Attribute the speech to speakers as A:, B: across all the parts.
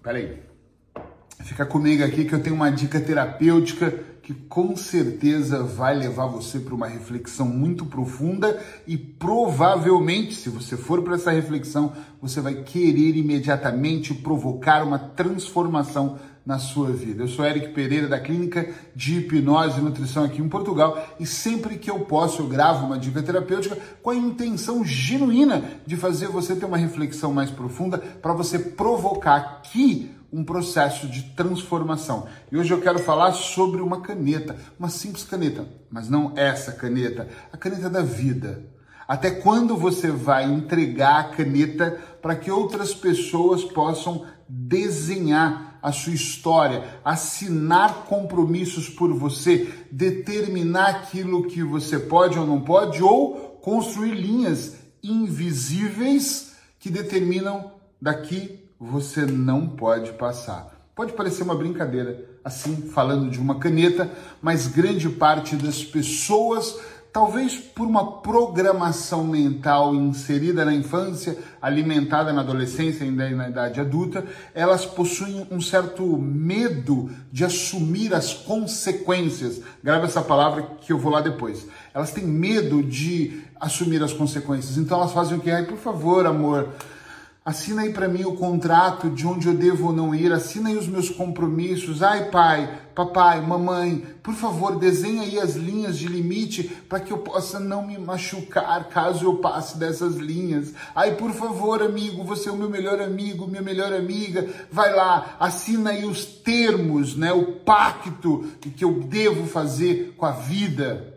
A: Peraí, fica comigo aqui que eu tenho uma dica terapêutica que com certeza vai levar você para uma reflexão muito profunda e provavelmente, se você for para essa reflexão, você vai querer imediatamente provocar uma transformação na sua vida. Eu sou Eric Pereira, da Clínica de Hipnose e Nutrição aqui em Portugal, e sempre que eu posso eu gravo uma dica terapêutica com a intenção genuína de fazer você ter uma reflexão mais profunda para você provocar aqui um processo de transformação. E hoje eu quero falar sobre uma caneta, uma simples caneta, mas não essa caneta, a caneta da vida. Até quando você vai entregar a caneta para que outras pessoas possam desenhar a sua história, assinar compromissos por você, determinar aquilo que você pode ou não pode, ou construir linhas invisíveis que determinam daqui você não pode passar. Pode parecer uma brincadeira, assim, falando de uma caneta, mas grande parte das pessoas, talvez por uma programação mental inserida na infância, alimentada na adolescência e ainda na idade adulta, elas possuem um certo medo de assumir as consequências. Grava essa palavra que eu vou lá depois. Elas têm medo de assumir as consequências. Então elas fazem o quê? Ai, por favor, amor, assina aí para mim o contrato de onde eu devo ou não ir, assina aí os meus compromissos. Ai, pai, papai, mamãe, por favor, desenha aí as linhas de limite para que eu possa não me machucar caso eu passe dessas linhas. Ai, por favor, amigo, você é o meu melhor amigo, minha melhor amiga, vai lá, assina aí os termos, né, o pacto que eu devo fazer com a vida.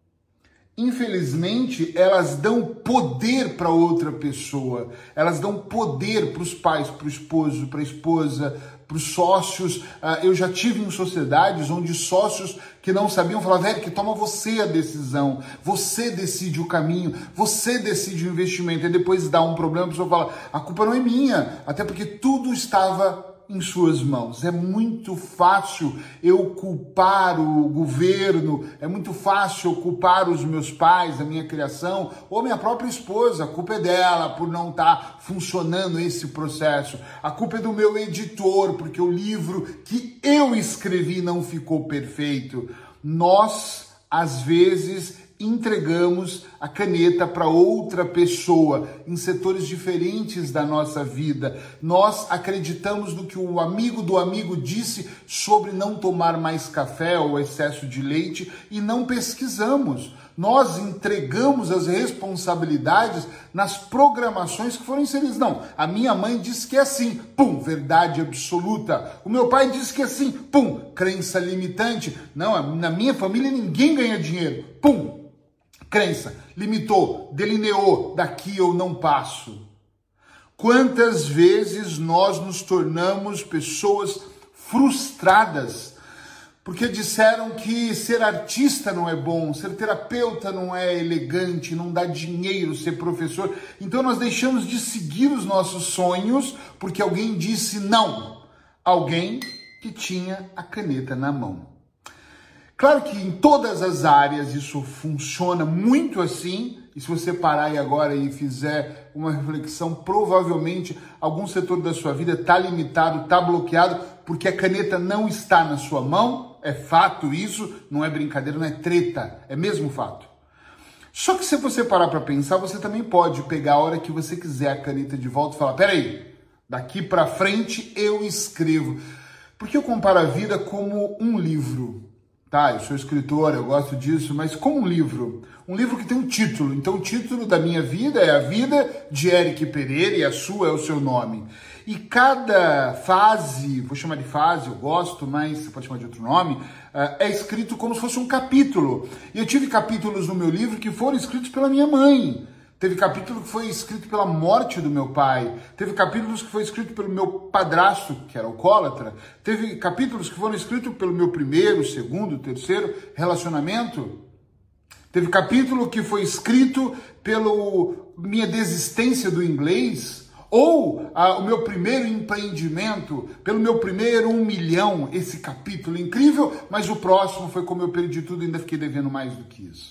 A: Infelizmente, elas dão poder para outra pessoa, elas dão poder para os pais, para o esposo, para a esposa, para os sócios. Eu já tive em sociedades onde sócios que não sabiam falavam, velho, que toma você a decisão, você decide o caminho, você decide o investimento, e depois dá um problema, a pessoa fala, a culpa não é minha, até porque tudo estava em suas mãos. É muito fácil eu culpar o governo, é muito fácil eu culpar os meus pais, a minha criação, ou minha própria esposa. A culpa é dela por não estar funcionando esse processo. A culpa é do meu editor, porque o livro que eu escrevi não ficou perfeito. Nós, às vezes, entregamos a caneta para outra pessoa em setores diferentes da nossa vida. Nós acreditamos no que o amigo do amigo disse sobre não tomar mais café ou excesso de leite e não pesquisamos. Nós entregamos as responsabilidades nas programações que foram inseridas. Não, a minha mãe disse que é assim, pum, verdade absoluta. O meu pai disse que é assim, pum, crença limitante. Não, na minha família ninguém ganha dinheiro, pum, crença, limitou, delineou, daqui eu não passo. Quantas vezes nós nos tornamos pessoas frustradas porque disseram que ser artista não é bom, ser terapeuta não é elegante, não dá dinheiro ser professor. Então nós deixamos de seguir os nossos sonhos porque alguém disse não. Alguém que tinha a caneta na mão. Claro que em todas as áreas isso funciona muito assim, e se você parar aí agora e fizer uma reflexão, provavelmente algum setor da sua vida está limitado, está bloqueado, porque a caneta não está na sua mão, é fato isso, não é brincadeira, não é treta, é mesmo fato. Só que se você parar para pensar, você também pode pegar a hora que você quiser a caneta de volta e falar, peraí, daqui para frente eu escrevo. Porque eu comparo a vida como um livro. Tá, eu sou escritor, eu gosto disso, mas como um livro que tem um título. Então o título da minha vida é A Vida de Eric Pereira e a sua é o seu nome. E cada fase, vou chamar de fase, eu gosto, mas você pode chamar de outro nome, é escrito como se fosse um capítulo. E eu tive capítulos no meu livro que foram escritos pela minha mãe. Teve capítulo que foi escrito pela morte do meu pai. Teve capítulos que foi escrito pelo meu padrasto, que era alcoólatra. Teve capítulos que foram escritos pelo meu primeiro, segundo, terceiro relacionamento. Teve capítulo que foi escrito pela minha desistência do inglês. Ou o meu primeiro empreendimento, pelo meu primeiro 1 milhão. Esse capítulo incrível, mas o próximo foi como eu perdi tudo e ainda fiquei devendo mais do que isso.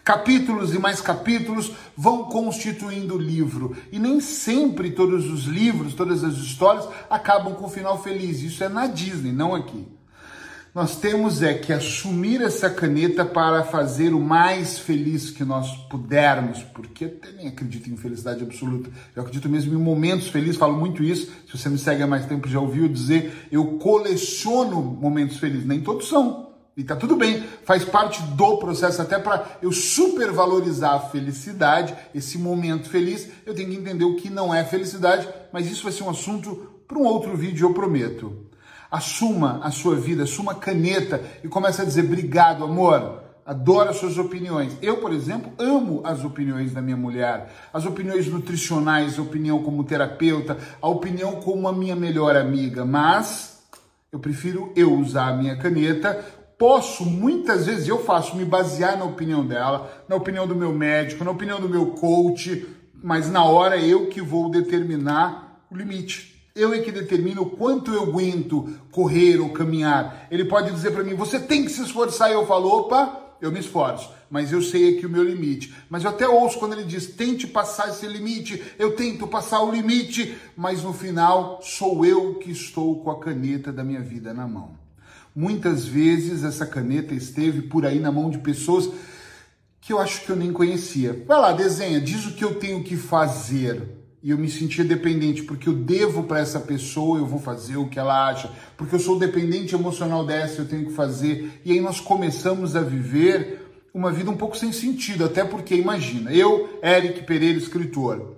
A: capítulos e mais capítulos vão constituindo o livro. E nem sempre todos os livros, todas as histórias acabam com um final feliz. Isso é na Disney, não aqui. Nós temos que assumir essa caneta para fazer o mais feliz que nós pudermos, porque eu também acredito em felicidade absoluta. Eu acredito mesmo em momentos felizes, falo muito isso. Se você me segue há mais tempo, já ouviu dizer, eu coleciono momentos felizes. Nem todos são. E tá tudo bem, faz parte do processo, até para eu supervalorizar a felicidade, esse momento feliz, eu tenho que entender o que não é felicidade, mas isso vai ser um assunto para um outro vídeo, eu prometo. Assuma a sua vida, assuma a caneta e comece a dizer obrigado, amor, adoro as suas opiniões. Eu, por exemplo, amo as opiniões da minha mulher, as opiniões nutricionais, a opinião como terapeuta, a opinião como a minha melhor amiga, mas eu prefiro eu usar a minha caneta. Posso, muitas vezes eu faço, me basear na opinião dela, na opinião do meu médico, na opinião do meu coach, mas na hora eu que vou determinar o limite. Eu é que determino o quanto eu aguento correr ou caminhar. Ele pode dizer para mim, você tem que se esforçar. E eu falo, opa, eu me esforço, mas eu sei aqui o meu limite. Mas eu até ouço quando ele diz, tente passar esse limite, eu tento passar o limite, mas no final sou eu que estou com a caneta da minha vida na mão. Muitas vezes essa caneta esteve por aí na mão de pessoas que eu acho que eu nem conhecia. Vai lá, desenha, diz o que eu tenho que fazer. E eu me sentia dependente, porque eu devo para essa pessoa, eu vou fazer o que ela acha, porque eu sou dependente emocional dessa, eu tenho que fazer. E aí nós começamos a viver uma vida um pouco sem sentido, até porque, imagina, eu, Eric Pereira, escritor,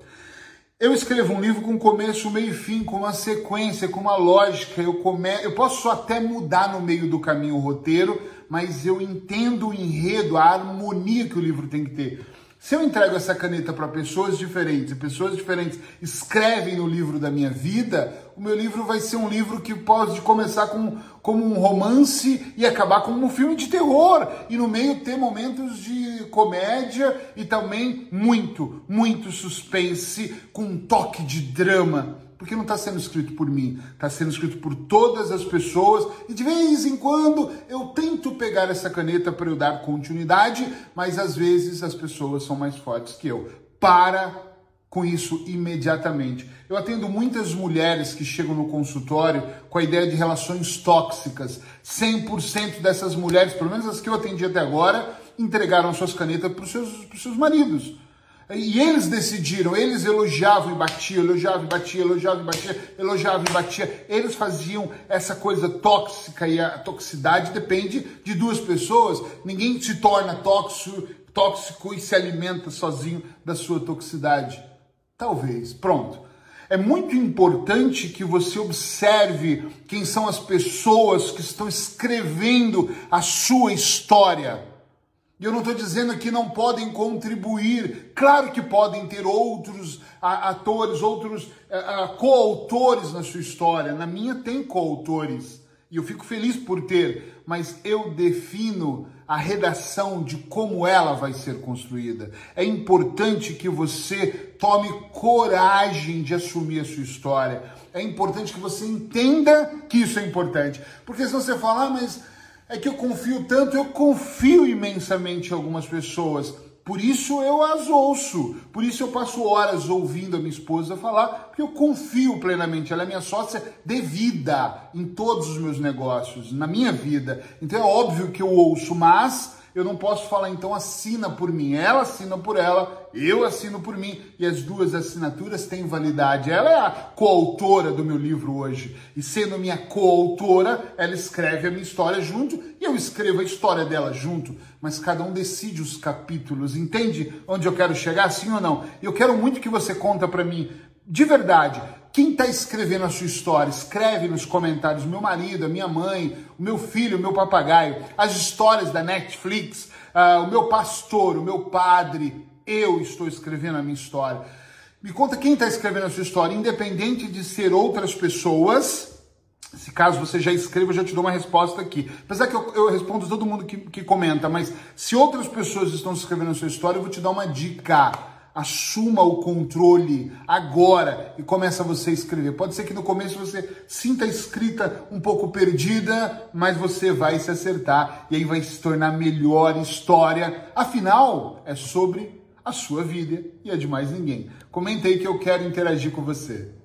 A: eu escrevo um livro com começo, meio e fim, com uma sequência, com uma lógica, eu posso até mudar no meio do caminho o roteiro, mas eu entendo o enredo, a harmonia que o livro tem que ter. Se eu entrego essa caneta para pessoas diferentes e pessoas diferentes escrevem no livro da minha vida, o meu livro vai ser um livro que pode começar como um romance e acabar como um filme de terror. E no meio ter momentos de comédia e também muito, muito suspense com um toque de drama. Porque não está sendo escrito por mim, está sendo escrito por todas as pessoas e de vez em quando eu tento pegar essa caneta para eu dar continuidade, mas às vezes as pessoas são mais fortes que eu. Para com isso imediatamente. Eu atendo muitas mulheres que chegam no consultório com a ideia de relações tóxicas. 100% dessas mulheres, pelo menos as que eu atendi até agora, entregaram suas canetas para os seus maridos. E eles decidiram, eles elogiavam e batiam, elogiavam e batiam, elogiavam e batiam, elogiavam e batiam. Eles faziam essa coisa tóxica e a toxicidade depende de duas pessoas. Ninguém se torna tóxico e se alimenta sozinho da sua toxicidade. Talvez. Pronto. É muito importante que você observe quem são as pessoas que estão escrevendo a sua história. E eu não estou dizendo que não podem contribuir, claro que podem ter outros atores, outros coautores na sua história. Na minha tem coautores e eu fico feliz por ter, mas eu defino a redação de como ela vai ser construída. É importante que você tome coragem de assumir a sua história. É importante que você entenda que isso é importante, porque senão você fala, mas é que eu confio tanto, eu confio imensamente em algumas pessoas. Por isso eu as ouço, por isso eu passo horas ouvindo a minha esposa falar, porque eu confio plenamente. Ela é minha sócia de vida em todos os meus negócios, na minha vida. Então é óbvio que eu ouço, mas eu não posso falar, então assina por mim. Ela assina por ela, eu assino por mim, e as duas assinaturas têm validade. Ela é a coautora do meu livro hoje, e sendo minha coautora, ela escreve a minha história junto, e eu escrevo a história dela junto, mas cada um decide os capítulos. Entende onde eu quero chegar, sim ou não? Eu quero muito que você conta para mim, de verdade, quem está escrevendo a sua história, escreve nos comentários, meu marido, a minha mãe, o meu filho, o meu papagaio, as histórias da Netflix, o meu pastor, o meu padre, eu estou escrevendo a minha história. Me conta quem está escrevendo a sua história, independente de ser outras pessoas. Se caso você já escreva, eu já te dou uma resposta aqui. Apesar que eu respondo todo mundo que comenta, mas se outras pessoas estão escrevendo a sua história, eu vou te dar uma dica. assuma o controle agora e começa você a escrever. Pode ser que no começo você sinta a escrita um pouco perdida, mas você vai se acertar e aí vai se tornar melhor história. Afinal, é sobre a sua vida e a de mais ninguém. Comenta aí que eu quero interagir com você.